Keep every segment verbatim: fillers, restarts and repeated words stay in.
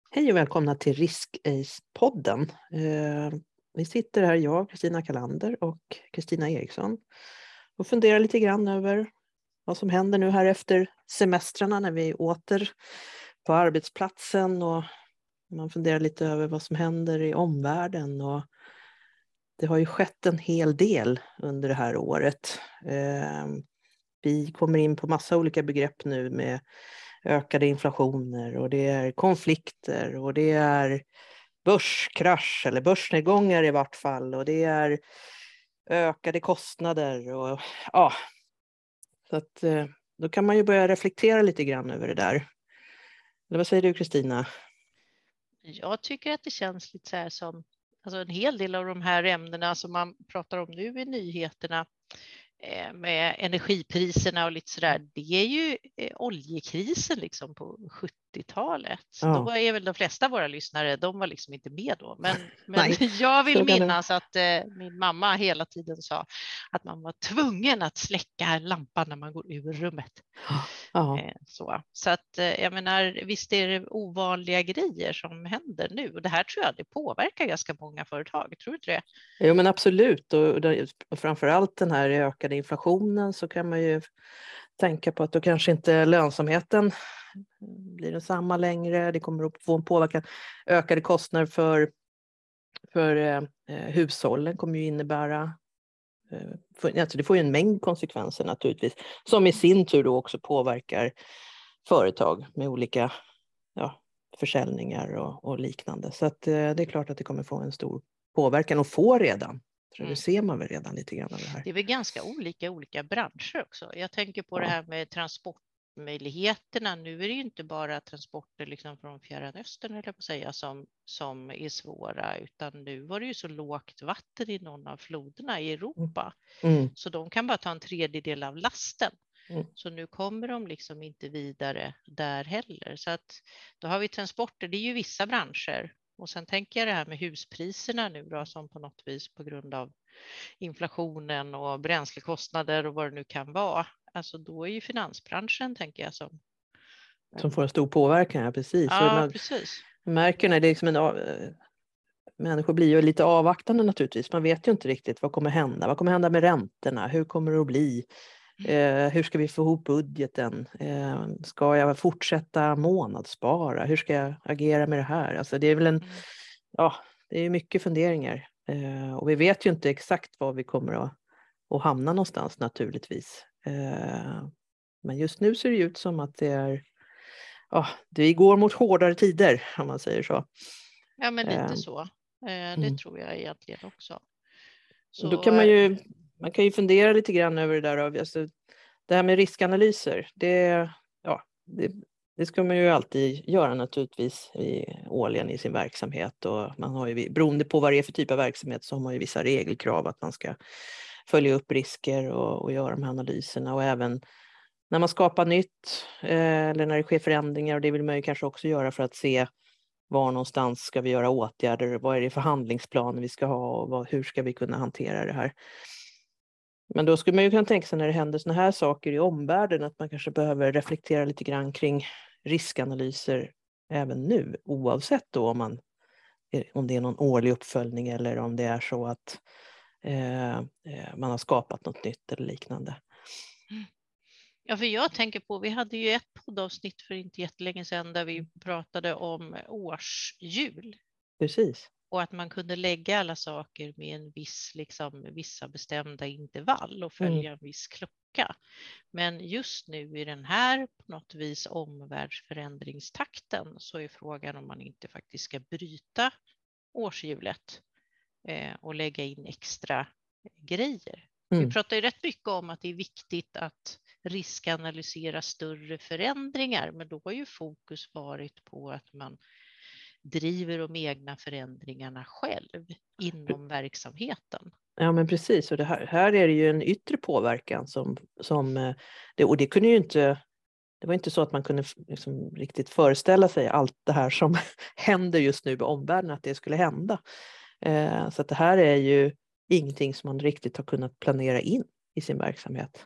Hej och välkomna till Risk-Ace-podden. Eh, vi sitter här, jag, Kristina Kalander och Kristina Eriksson, och funderar lite grann över vad som händer nu här efter semestrarna när vi är åter på arbetsplatsen, och man funderar lite över vad som händer i omvärlden. Och det har ju skett en hel del under det här året. Eh, vi kommer in på massa olika begrepp nu med ökade inflationer, och det är konflikter, och det är börskrasch eller börsnedgångar i vart fall, och det är ökade kostnader. Och ja, så att eh, då kan man ju börja reflektera lite grann över det där. Eller vad säger du, Kristina? Jag tycker att det känns lite så här som alltså en hel del av de här ämnena som man pratar om nu i nyheterna med energipriserna och lite sådär, det är ju oljekrisen liksom på sjuttiotalet. Ja. Då är väl de flesta av våra lyssnare, de var liksom inte med då. Men, men jag vill så kan det minnas att eh, min mamma hela tiden sa att man var tvungen att släcka lampan när man går ur rummet. Ja. Eh, så. så att eh, jag menar, visst är det ovanliga grejer som händer nu, och det här tror jag det påverkar ganska många företag, tror du inte det? Jo, men absolut, och, och framförallt den här ökade inflationen, så kan man ju tänka på att då kanske inte lönsamheten blir densamma längre. Det kommer att få en påverkan. Ökade kostnader för, för eh, hushållen kommer ju innebära, eh, för, alltså det får ju en mängd konsekvenser naturligtvis, som i sin tur då också påverkar företag med olika ja, försäljningar och, och liknande. Så att, eh, det är klart att det kommer få en stor påverkan, och få redan. Så det ser man väl redan lite grann av det här. Det är väl ganska olika olika branscher också. Jag tänker på Ja. det här med transportmöjligheterna. Nu är det ju inte bara transporter liksom från Fjärran Östern eller på att säga som, som är svåra, utan nu var det ju så lågt vatten i någon av floderna i Europa. Mm. Så de kan bara ta en tredjedel av lasten. Mm. Så nu kommer de liksom inte vidare där heller. Så att då har vi transporter, det är ju vissa branscher. Och sen tänker jag det här med huspriserna nu då, som på något vis på grund av inflationen och bränslekostnader och vad det nu kan vara. Alltså då är ju finansbranschen, tänker jag, som Som får en stor påverkan, ja, precis. Ja, man precis. märker när det är liksom en, människor blir ju lite avvaktande naturligtvis. Man vet ju inte riktigt vad kommer hända. Vad kommer hända med räntorna? Hur kommer det att bli? Eh, hur ska vi få ihop budgeten? Eh, ska jag fortsätta månadsspara? Hur ska jag agera med det här? Alltså det är väl en, Mm. ja, det är mycket funderingar. Eh, och vi vet ju inte exakt var vi kommer att, att hamna någonstans naturligtvis. Eh, men just nu ser det ut som att det är, ja, det går mot hårdare tider, om man säger så. Ja, men lite Eh, så. Eh, det mm. tror jag egentligen också. Så, Då kan man ju, man kan ju fundera lite grann över det där. Alltså, det här med riskanalyser, det, ja, det, det ska man ju alltid göra naturligtvis i, årligen i sin verksamhet. Och man har ju, beroende på vad det är för typ av verksamhet, så har man ju vissa regelkrav att man ska följa upp risker och, och göra de här analyserna. Och även när man skapar nytt eh, eller när det sker förändringar, och det vill man ju kanske också göra för att se var någonstans ska vi göra åtgärder, vad är det för handlingsplaner vi ska ha, och vad, hur ska vi kunna hantera det här. Men då skulle man ju kunna tänka sig när det händer såna här saker i omvärlden, att man kanske behöver reflektera lite grann kring riskanalyser även nu, oavsett då om, man, om det är någon årlig uppföljning eller om det är så att eh, man har skapat något nytt eller liknande. Ja, för jag tänker på, vi hade ju ett poddavsnitt för inte jättelänge sedan där vi pratade om årshjul. Precis. Och att man kunde lägga alla saker med en viss, liksom, vissa bestämda intervall och följa en viss klocka. Men just nu i den här på något vis omvärldsförändringstakten, så är frågan om man inte faktiskt ska bryta årshjulet eh, och lägga in extra grejer. Mm. Vi pratar ju rätt mycket om att det är viktigt att riskanalysera större förändringar, men då har ju fokus varit på att man driver de egna förändringarna själv inom verksamheten. Ja, men precis, och det här, här är det ju en yttre påverkan som, som det, och det kunde ju inte, det var inte så att man kunde liksom riktigt föreställa sig allt det här som händer just nu i omvärlden, att det skulle hända. Eh, så att det här är ju ingenting som man riktigt har kunnat planera in i sin verksamhet.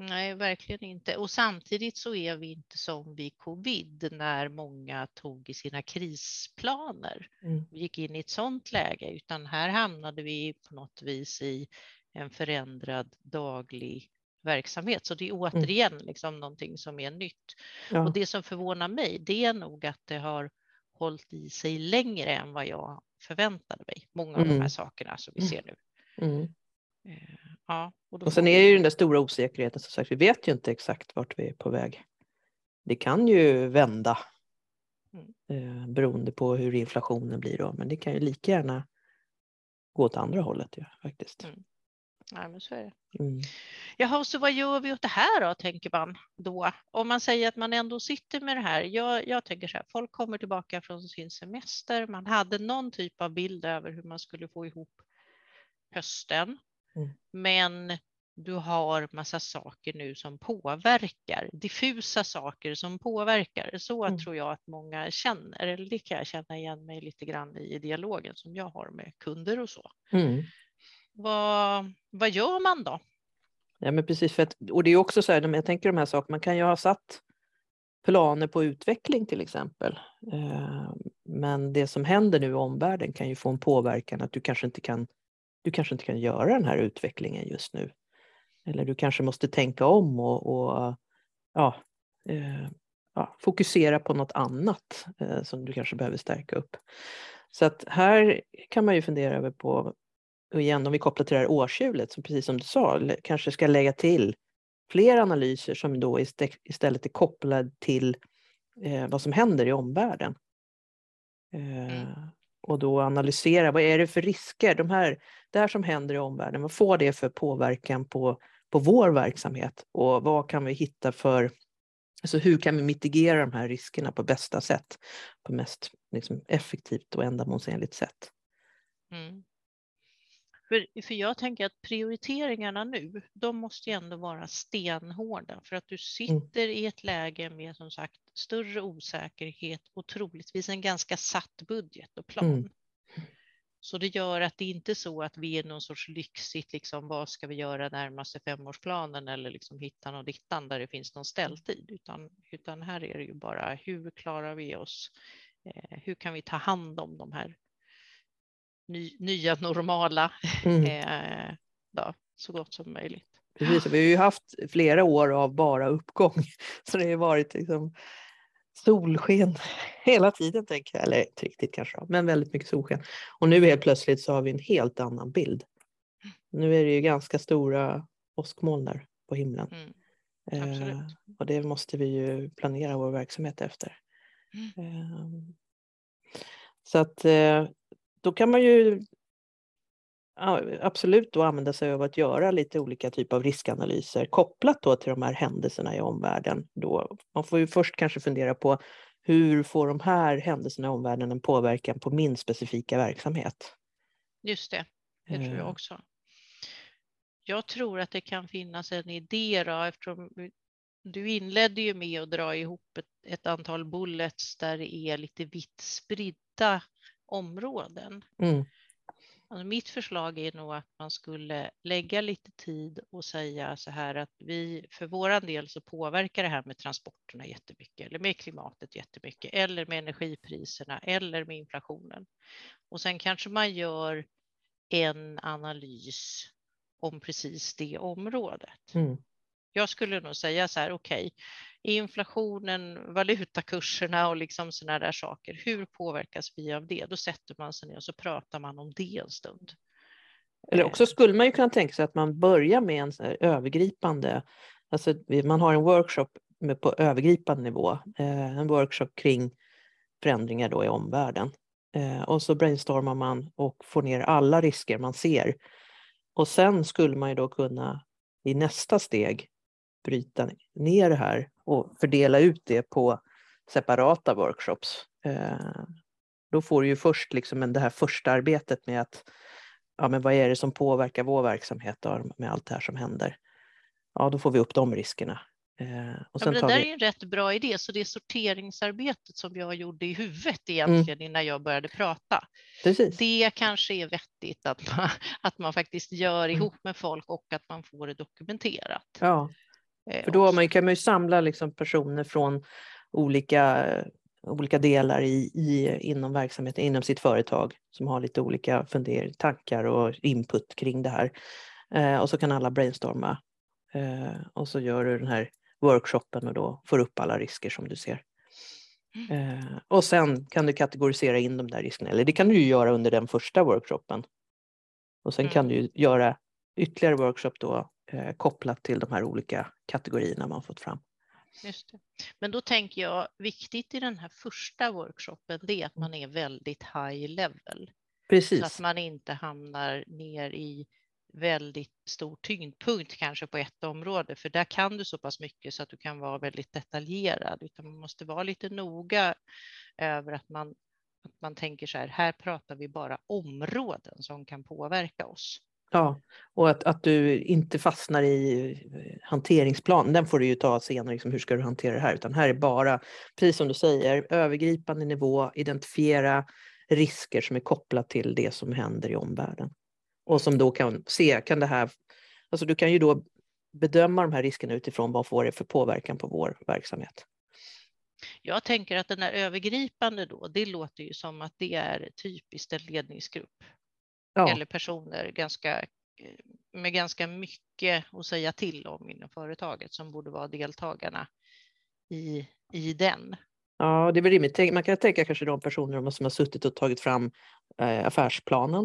Nej, verkligen inte. Och samtidigt så är vi inte som vid covid när många tog i sina krisplaner. Mm. Vi gick in i ett sådant läge, utan här hamnade vi på något vis i en förändrad daglig verksamhet. Så det är återigen liksom någonting som är nytt. Ja. Och det som förvånar mig, det är nog att det har hållit i sig längre än vad jag förväntade mig. Många av Mm. de här sakerna som vi ser nu. Mm. Ja, och då och sen får är vi... ju den där stora osäkerheten, som sagt, vi vet ju inte exakt vart vi är på väg. Det kan ju vända Mm. eh, beroende på hur inflationen blir då, men det kan ju lika gärna gå åt andra hållet ju, faktiskt. Mm. Ja, men så är det. Mm. Jaha, så vad gör vi åt det här då, tänker man då? Om man säger att man ändå sitter med det här. Jag, jag tänker så här, folk kommer tillbaka från sin semester. Man hade någon typ av bild över hur man skulle få ihop hösten. Mm. Men du har massa saker nu som påverkar, diffusa saker som påverkar. Så Mm. tror jag att många känner, eller det kan jag känna igen mig lite grann i dialogen som jag har med kunder och så. Mm. Vad, vad gör man då? Ja, men precis, för att, och det är också så här, jag tänker de här sakerna, man kan ju ha satt planer på utveckling till exempel. Eh, men det som händer nu i omvärlden kan ju få en påverkan att du kanske inte kan, du kanske inte kan göra den här utvecklingen just nu. Eller du kanske måste tänka om och, och ja, eh, ja, fokusera på något annat eh, som du kanske behöver stärka upp. Så att här kan man ju fundera över på, och igen om vi kopplar till det här årshjulet, så precis som du sa, kanske ska lägga till fler analyser som då istället är kopplade till eh, vad som händer i omvärlden. Eh, Mm. Och då analysera, vad är det för risker? De här, det här som händer i omvärlden, vad får det för påverkan på, på vår verksamhet? Och vad kan vi hitta för, alltså hur kan vi mitigera de här riskerna på bästa sätt? På mest liksom, effektivt och ändamålsenligt sätt. Mm. För, för jag tänker att prioriteringarna nu, de måste ju ändå vara stenhårda. För att du sitter mm. i ett läge med som sagt större osäkerhet och troligtvis en ganska satt budget och plan. Mm. Så det gör att det inte är så att vi är någon sorts lyxigt, liksom, vad ska vi göra närmaste femårsplanen eller liksom hitta någon dittan där det finns någon ställtid. Utan, utan här är det ju bara hur klarar vi oss, eh, hur kan vi ta hand om de här ny, nya normala mm. eh, då, så gott som möjligt. Precis, vi har ju haft flera år av bara uppgång, så det har varit liksom solsken hela tiden, tänker jag. Eller inte riktigt kanske, men väldigt mycket solsken. Och nu helt plötsligt så har vi en helt annan bild. Nu är det ju ganska stora åskmoln där på himlen. Mm, eh, och det måste vi ju planera vår verksamhet efter. Mm. Eh, så att eh, då kan man ju ja, absolut då använda sig av att göra lite olika typer av riskanalyser kopplat då till de här händelserna i omvärlden. Då. Man får ju först kanske fundera på hur får de här händelserna i omvärlden en påverkan på min specifika verksamhet. Just det, det tror jag också. Jag tror att det kan finnas en idé då, eftersom du inledde ju med att dra ihop ett, ett antal bullets där det är lite vitt spridda områden. Mm. Alltså mitt förslag är nog att man skulle lägga lite tid och säga så här att vi för våran del så påverkar det här med transporterna jättemycket eller med klimatet jättemycket eller med energipriserna eller med inflationen. Och sen kanske man gör en analys om precis det området. Mm. Jag skulle nog säga så här, okej, okay, inflationen, valutakurserna och liksom såna där saker, hur påverkas vi av det? Då sätter man sig ner och så pratar man om det en stund. Eller också skulle man ju kunna tänka sig att man börjar med en så här övergripande, alltså man har en workshop med på övergripande nivå, en workshop kring förändringar då i omvärlden. Och så brainstormar man och får ner alla risker man ser. Och sen skulle man ju då kunna i nästa steg bryta ner det här och fördela ut det på separata workshops. Eh, då får du ju först liksom en, det här första arbetet med att ja, men vad är det som påverkar vår verksamhet då, med allt det här som händer. Ja, då får vi upp de riskerna. Eh, och ja, sen men det tar där vi... är ju en rätt bra idé, så det är sorteringsarbetet som jag gjorde i huvudet egentligen mm. innan jag började prata. Precis. Det kanske är vettigt att man, att man faktiskt gör ihop med folk och att man får det dokumenterat. Ja, För då man, kan man ju samla liksom personer från olika, olika delar i, i, inom verksamheten, inom sitt företag som har lite olika funder, tankar och input kring det här. Eh, och så kan alla brainstorma eh, och så gör du den här workshopen och då får upp alla risker som du ser. Eh, och sen kan du kategorisera in de där riskerna, eller det kan du ju göra under den första workshopen. Och sen mm. kan du ju göra ytterligare workshop då eh, kopplat till de här olika kategorierna man fått fram. Just det. Men då tänker jag viktigt i den här första workshopen, det är att man är väldigt high level. Precis. Så att man inte hamnar ner i väldigt stor tyngdpunkt kanske på ett område, för där kan du så pass mycket så att du kan vara väldigt detaljerad, utan man måste vara lite noga över att man, att man tänker så här, här pratar vi bara områden som kan påverka oss. Ja, och att, att du inte fastnar i hanteringsplan, den får du ju ta senare, liksom, hur ska du hantera det här, utan här är bara, precis som du säger, övergripande nivå, identifiera risker som är kopplat till det som händer i omvärlden. Och som då kan se, kan det här, alltså du kan ju då bedöma de här riskerna utifrån vad får det för påverkan på vår verksamhet. Jag tänker att den här övergripande då, det låter ju som att det är typiskt en ledningsgrupp. Ja. Eller personer ganska, med ganska mycket att säga till om inom företaget som borde vara deltagarna i, i den. Ja, det är väl rimligt. Man kan tänka kanske de personer som har suttit och tagit fram eh, affärsplanen.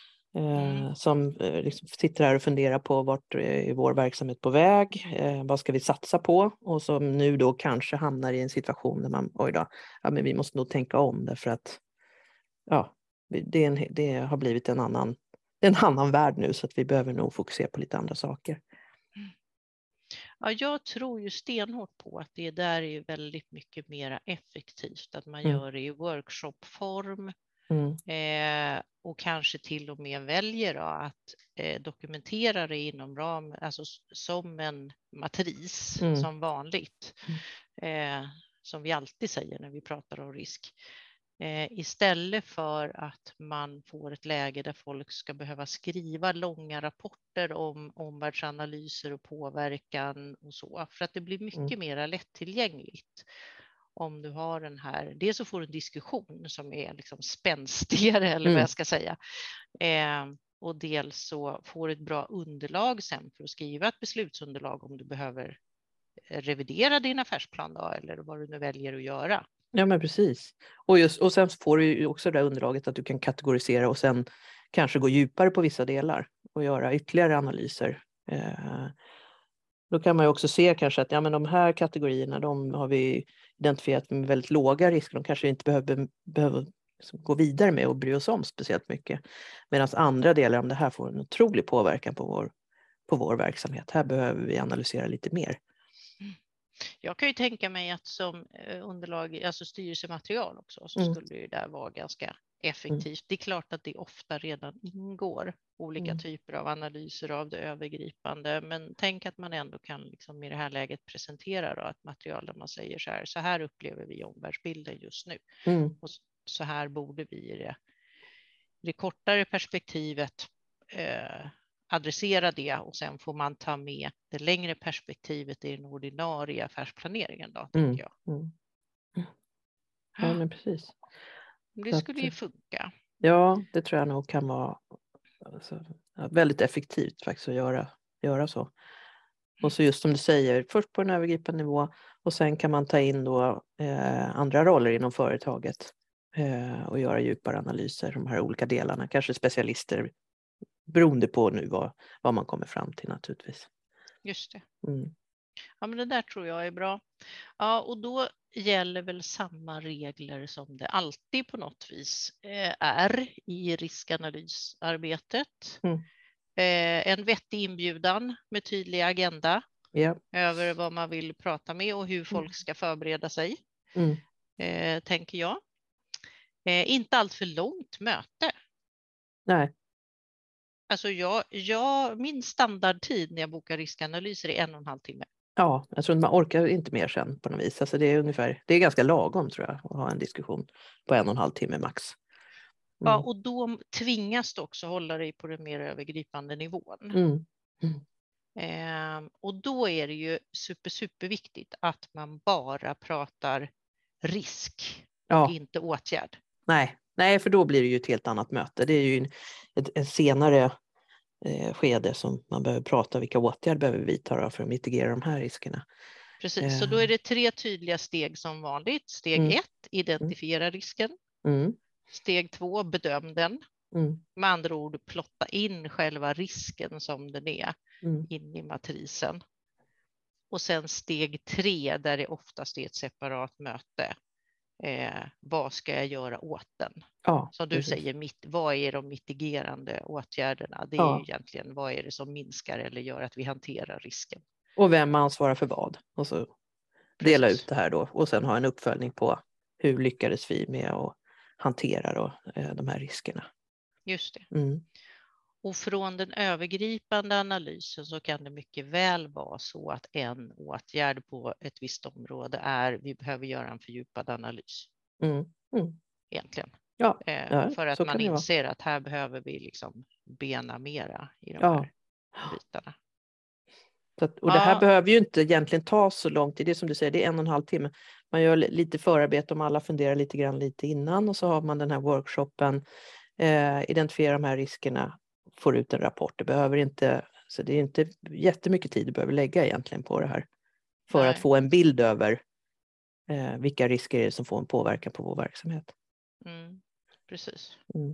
Eh, mm. Som eh, liksom sitter här och funderar på vart är vår verksamhet på väg, eh, vad ska vi satsa på, och som nu då kanske hamnar i en situation där man, oj då, ja, men vi måste nog tänka om därför att ja, det, är en, det har blivit en annan, en annan värld nu, så att vi behöver nog fokusera på lite andra saker. Mm. Ja, jag tror ju stenhårt på att det där är väldigt mycket mer effektivt, att man mm. gör det i workshopform. Mm. Eh, och kanske till och med väljer då, att eh, dokumentera det inom ram, alltså som en matris mm. som vanligt. Mm. Eh, som vi alltid säger när vi pratar om risk. Eh, istället för att man får ett läge där folk ska behöva skriva långa rapporter om omvärldsanalyser och påverkan och så. För att det blir mycket mm. mer lättillgängligt. Om du har den här, dels så får du en diskussion som är liksom spänstigare eller mm. vad jag ska säga. Eh, och dels så får du ett bra underlag sen för att skriva ett beslutsunderlag om du behöver revidera din affärsplan då, eller vad du nu väljer att göra. Ja, men precis. Och, just, och sen får du ju också det där underlaget att du kan kategorisera och sen kanske gå djupare på vissa delar och göra ytterligare analyser. Eh, Då kan man ju också se kanske att ja, men de här kategorierna, de har vi identifierat med väldigt låga risker. De kanske inte behöver, behöver liksom gå vidare med och bry oss om speciellt mycket. Medan andra delar om det här får en otrolig påverkan på vår, på vår verksamhet. Här behöver vi analysera lite mer. Jag kan ju tänka mig att som underlag, alltså styrelsematerial också, så mm. skulle det där vara ganska effektivt. Mm. Det är klart att det ofta redan ingår olika mm. typer av analyser av det övergripande, men tänk att man ändå kan liksom i det här läget presentera då ett material där man säger så här, så här upplever vi omvärldsbilden just nu. Mm. Och så här borde vi i det, i det kortare perspektivet eh, adressera det, och sen får man ta med det längre perspektivet i den ordinarie affärsplaneringen då, mm. tänker jag. Mm. Ja, men precis. Det så skulle att, ju funka. Ja, det tror jag nog kan vara alltså, väldigt effektivt faktiskt att göra, göra så. Och så just som du säger, först på en övergripande nivå och sen kan man ta in då eh, andra roller inom företaget eh, och göra djupare analyser, de här olika delarna, kanske specialister, beroende på nu vad, vad man kommer fram till naturligtvis. Just det. Mm. Ja, men det där tror jag är bra. Ja, och då gäller väl samma regler som det alltid på något vis eh, är i riskanalysarbetet. Mm. Eh, en vettig inbjudan med tydlig agenda yeah. över vad man vill prata med och hur folk ska förbereda sig, mm. eh, tänker jag. Eh, inte allt för långt möte. Nej. Alltså jag, jag, min standardtid när jag bokar riskanalyser är en och en halv timme. Ja, jag tror att man orkar inte mer sen på något vis. Alltså det är ungefär, det är ganska lagom tror jag att ha en diskussion på en och en halv timme max. Mm. Ja, och då tvingas du också hålla dig på den mer övergripande nivån. Mm. Eh, och då är det ju super, superviktigt att man bara pratar risk och Ja. inte åtgärd. Nej. Nej, för då blir det ju ett helt annat möte. Det är ju en, ett, en senare eh, skede som man behöver prata vilka åtgärder behöver vi vidta för att mitigera de här riskerna. Precis, Eh. så då är det tre tydliga steg som vanligt. Steg Mm. ett, identifiera risken. Mm. Steg två, bedöm den. Mm. Med andra ord, plotta in själva risken som den är Mm. in i matrisen. Och sen steg tre, där det oftast är ett separat möte. Eh, vad ska jag göra åt den? Ja, som du precis. säger, mitt, vad är de mitigerande åtgärderna? Det är Ja. ju egentligen vad är det som minskar eller gör att vi hanterar risken. Och vem ansvarar för vad. Och så dela Precis. ut det här då. Och sen ha en uppföljning på hur lyckades vi med att hantera då, eh, de här riskerna. Just det. Mm. Och från den övergripande analysen så kan det mycket väl vara så att en åtgärd på ett visst område är vi behöver göra en fördjupad analys. Mm. Mm. Egentligen. Ja, Eh, ja, för att så man kan det vara. inser att här behöver vi liksom bena mera i de Ja. här bitarna. Så att, och det här Ja. behöver ju inte egentligen ta så lång tid. Det är som du säger, det är en och en halv timme. Man gör lite förarbete om alla funderar lite grann lite innan och så har man den här workshopen. Eh, identifiera de här riskerna, får ut en rapport. Det behöver inte, så det är inte jättemycket tid du behöver lägga egentligen på det här. För Nej. att få en bild över eh, vilka risker är det som får en påverkan på vår verksamhet. Mm. Precis. Mm.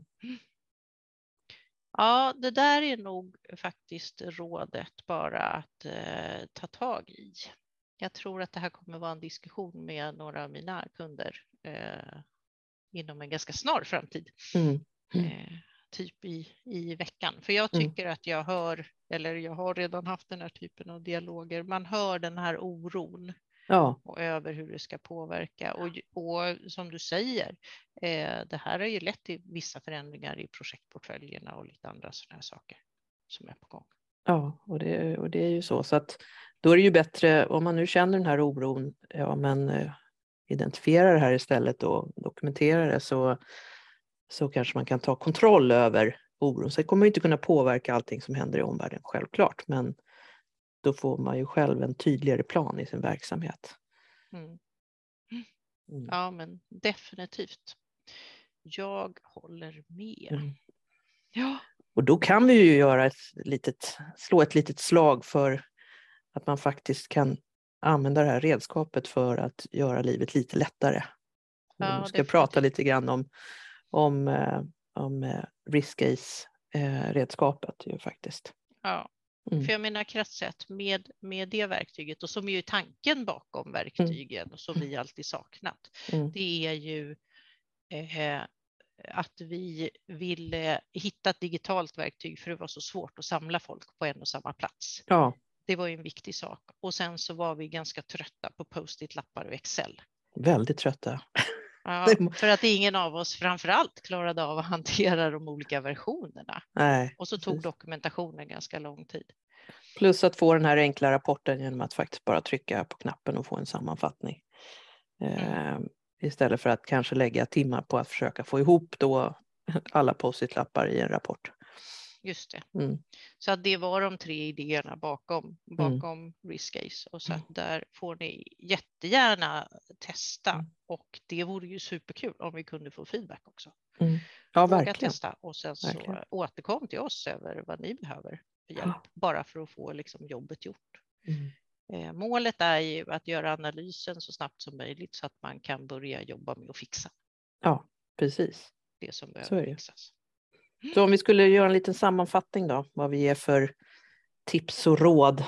Ja, det där är nog faktiskt rådet bara att eh, ta tag i. Jag tror att det här kommer vara en diskussion med några av mina kunder eh, inom en ganska snar framtid. Mm. Mm. Eh, typ i, i veckan. För jag Mm. tycker att jag hör, eller jag har redan haft den här typen av dialoger, man hör den här oron. Ja. Och över hur det ska påverka. Och, och som du säger, eh, det här har ju lett till vissa förändringar i projektportföljerna och lite andra sådana här saker som är på gång. Ja, och det, och det är ju så. Så att då är det ju bättre, om man nu känner den här oron, ja men eh, identifiera det här istället och dokumentera det, så, så kanske man kan ta kontroll över oron. Sen kommer man ju inte kunna påverka allting som händer i omvärlden, självklart, men då får man ju själv en tydligare plan i sin verksamhet. Mm. Mm. Ja, men definitivt. Jag håller med. Mm. Ja. Och då kan vi ju göra ett litet, slå ett litet slag för att man faktiskt kan använda det här redskapet för att göra livet lite lättare. Ja, Om vi ska definitivt. prata lite grann om, om, om risk-case-redskapet ju faktiskt. Ja, Mm. för jag menar krasst sett med, med det verktyget, och som är ju tanken bakom verktygen och som vi alltid saknat, Mm. det är ju eh, att vi ville hitta ett digitalt verktyg, för det var så svårt att samla folk på en och samma plats. Ja. Det var ju en viktig sak. Och sen så var vi ganska trötta på post-it-lappar och Excel. Väldigt trötta. Ja, för att ingen av oss framförallt klarade av att hantera de olika versionerna. Nej, och så precis. tog dokumentationen ganska lång tid. Plus att få den här enkla rapporten genom att faktiskt bara trycka på knappen och få en sammanfattning. Mm. Eh, istället för att kanske lägga timmar på att försöka få ihop då alla post-it-lappar i en rapport. Just det. Mm. Så att det var de tre idéerna bakom, bakom mm. risk-case. Och så att där får ni jättegärna testa. Mm. Och det vore ju superkul om vi kunde få feedback också. Mm. Ja, Våga verkligen. testa och sen Verkligen. så återkom till oss över vad ni behöver för hjälp. Ja. Bara för att få liksom jobbet gjort. Mm. Eh, målet är ju att göra analysen så snabbt som möjligt så att man kan börja jobba med att fixa. Ja, precis. Det som Så behöver är det. fixas. Så om vi skulle göra en liten sammanfattning då, vad vi ger för tips och råd.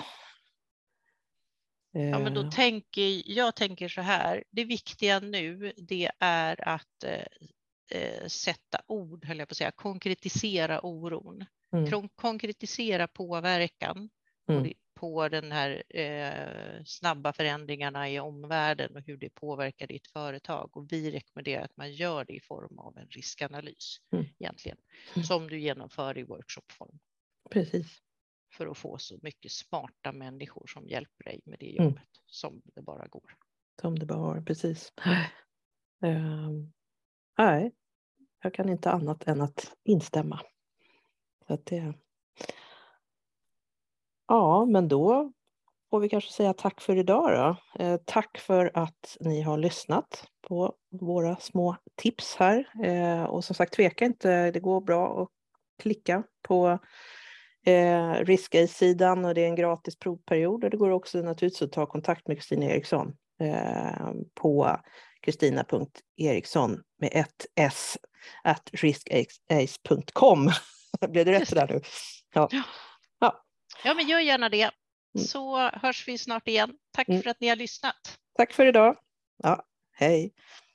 Ja, men då tänker jag tänker så här. Det viktiga nu, det är att eh, sätta ord, höll jag på att säga, konkretisera oron. Mm. Konkretisera påverkan mm. på, på den här eh, snabba förändringarna i omvärlden och hur det påverkar ditt företag. Och vi rekommenderar att man gör det i form av en riskanalys mm. egentligen, mm. som du genomför i workshopform. Precis. För att få så mycket smarta människor som hjälper dig med det jobbet mm. som det bara går. Som det bara går, precis. Um, nej, jag kan inte annat än att instämma. Så att det... Ja, men då får vi kanske säga tack för idag då. Eh, tack för att ni har lyssnat på våra små tips här. Eh, och som sagt, tveka inte, det går bra att klicka på eh, Riskace-sidan och det är en gratis provperiod. Och det går också naturligtvis att ta kontakt med Kristina Eriksson eh, på kristina punkt eriksson med ett s at riskace punkt com. Blev det rätt där nu? Ja. Ja. Ja, men gör gärna det. Så hörs vi snart igen. Tack Mm. för att ni har lyssnat. Tack för idag. Ja, hej.